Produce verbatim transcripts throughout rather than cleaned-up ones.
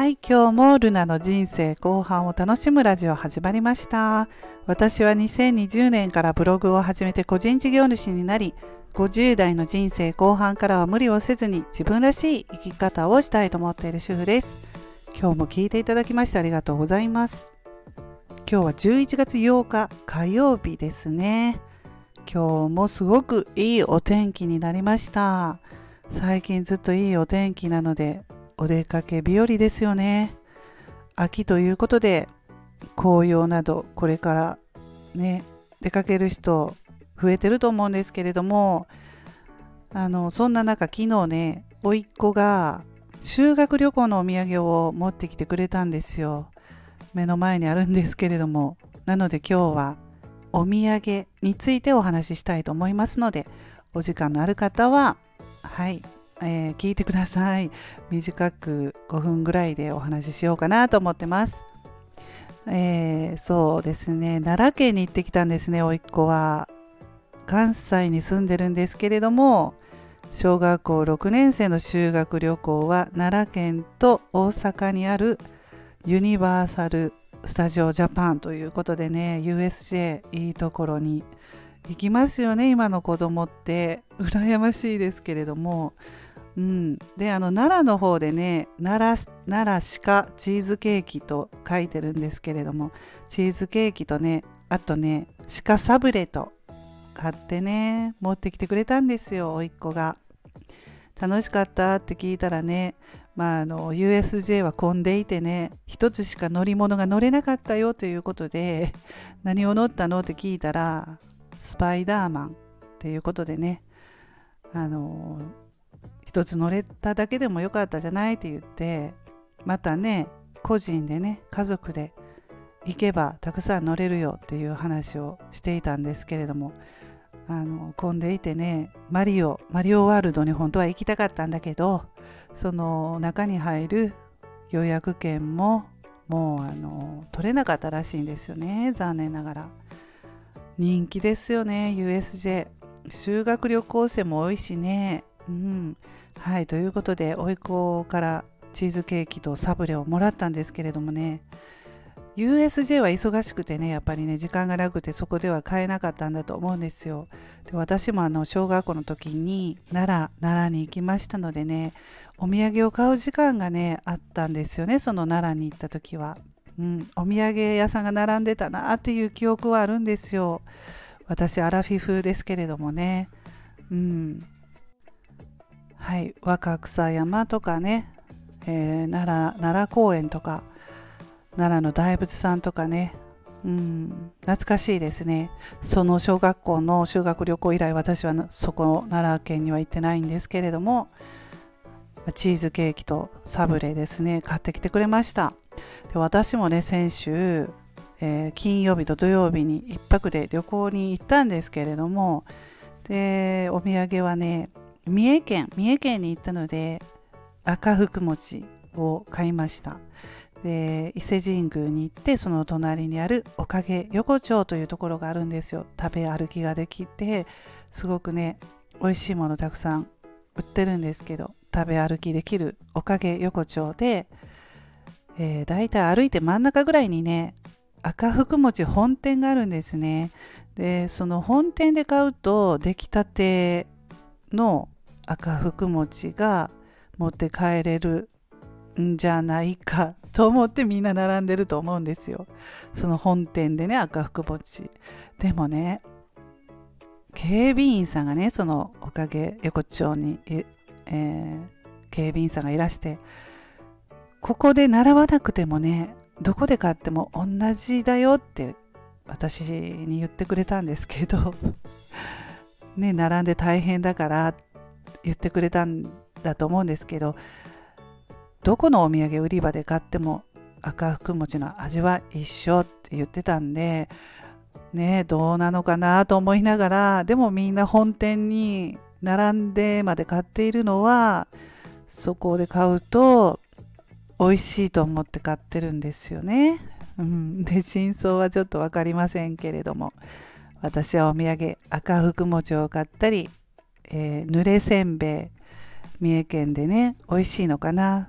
はい、今日もルナの人生後半を楽しむラジオ始まりました。私はにせんにじゅうねんからブログを始めて個人事業主になり、ごじゅう代の人生後半からは無理をせずに自分らしい生き方をしたいと思っている主婦です。今日も聞いていただきましてありがとうございます。今日はじゅういちがつようか火曜日ですね。今日もすごくいいお天気になりました。最近ずっといいお天気なのでお出かけ日和ですよね。秋ということで紅葉などこれからね出かける人増えてると思うんですけれども、あのそんな中昨日ね甥っ子が修学旅行のお土産を持ってきてくれたんですよ。目の前にあるんですけれども、なので今日はお土産についてお話ししたいと思いますので、お時間のある方ははいえー、聞いてください。短くごふんぐらいでお話ししようかなと思ってます。えー、そうですね、奈良県に行ってきたんですね。甥っ子は関西に住んでるんですけれども、小学校ろくねん生の修学旅行は奈良県と大阪にあるユニバーサル・スタジオ・ジャパンということでね、 ユーエスジェー いいところに行きますよね。今の子供って羨ましいですけれども、うん、であの奈良の方でね、奈良、奈良鹿チーズケーキと書いてるんですけれども、チーズケーキとね、あとね鹿サブレと買ってね持ってきてくれたんですよ、甥っ子が。楽しかったって聞いたらね、まあ、あの ユーエスジェー は混んでいてね、一つしか乗り物が乗れなかったよということで、何を乗ったのって聞いたらスパイダーマンっていうことでね、あの一つ乗れただけでもよかったじゃないって言って、またね個人でね家族で行けばたくさん乗れるよっていう話をしていたんですけれども、あの混んでいてね、マリオマリオワールドに本当は行きたかったんだけど、その中に入る予約券ももうあの取れなかったらしいんですよね。残念ながら。人気ですよね ユーエスジェー。 修学旅行生も多いしね。うんはい、ということで甥っ子からチーズケーキとサブレをもらったんですけれどもね、 ユーエスジェー は忙しくてね、やっぱりね時間がなくてそこでは買えなかったんだと思うんですよ。で私もあの小学校の時に奈良奈良に行きましたのでね、お土産を買う時間がねあったんですよね、その奈良に行った時は。うん、お土産屋さんが並んでたなっていう記憶はあるんですよ。私アラフィフですけれどもね。うんはい、若草山とかね、えー、奈良奈良公園とか奈良の大仏さんとかね、うん、懐かしいですね。その小学校の修学旅行以来、私はそこ奈良県には行ってないんですけれども、チーズケーキとサブレですね買ってきてくれました。で私もね先週、えー、金曜日と土曜日に一泊で旅行に行ったんですけれども、でお土産はね三重県三重県に行ったので赤福餅を買いました。で伊勢神宮に行って、その隣にあるおかげ横丁というところがあるんですよ。食べ歩きができて、すごくね美味しいものたくさん売ってるんですけど、食べ歩きできるおかげ横丁で、えー、だいたい歩いて真ん中ぐらいにね赤福餅本店があるんですね。でその本店で買うと出来たての赤福餅が持って帰れるんじゃないかと思ってみんな並んでると思うんですよ、その本店でね赤福餅。でもね警備員さんがね、そのおかげ横丁に、えー、警備員さんがいらして、ここで習わなくてもねどこで買っても同じだよって私に言ってくれたんですけどね、並んで大変だから言ってくれたんだと思うんですけど、どこのお土産売り場で買っても赤福餅の味は一緒って言ってたんでね、どうなのかなと思いながら、でもみんな本店に並んでまで買っているのはそこで買うと美味しいと思って買ってるんですよね。うん、で真相はちょっと分かりませんけれども、私はお土産赤福餅を買ったり、えー、濡れせんべい三重県でね美味しいのかな、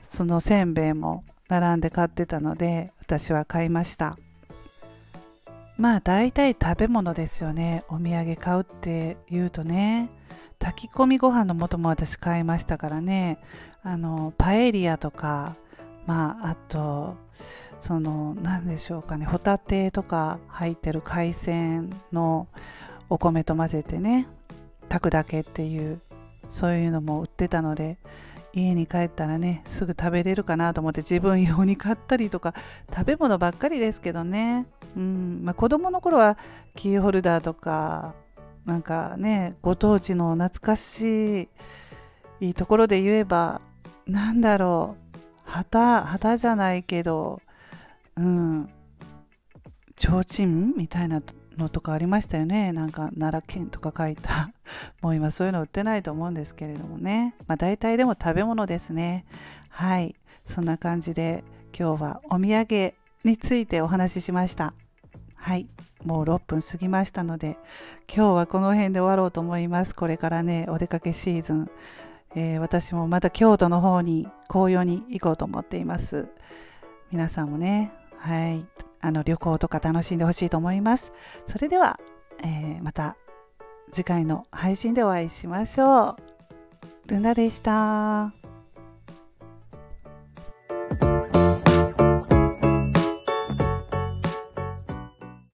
そのせんべいも並んで買ってたので、私は買いました。まあ大体食べ物ですよね。お土産買うって言うとね、炊き込みご飯の素も私買いましたからね。あのパエリアとか、まああとその何でしょうかね、ホタテとか入ってる海鮮のお米と混ぜてね、炊くだけっていう、そういうのも売ってたので、家に帰ったらね、すぐ食べれるかなと思って自分用に買ったりとか、食べ物ばっかりですけどね。うんまあ、子供の頃はキーホルダーとか、なんかね、ご当地の懐かしいいいところで言えば、なんだろう、旗、旗じゃないけど、うん、提灯みたいなのとかありましたよね。なんか奈良県とか書いた。もう今そういうの売ってないと思うんですけれどもね。まあ大体でも食べ物ですね。はい。そんな感じで今日はお土産についてお話ししました。はい。もうろっぷん過ぎましたので、今日はこの辺で終わろうと思います。これからね、お出かけシーズン。えー私もまた京都の方に紅葉に行こうと思っています。皆さんもね、はい、あの旅行とか楽しんでほしいと思います。それでは、えーまた次回の配信でお会いしましょう。ルナでした。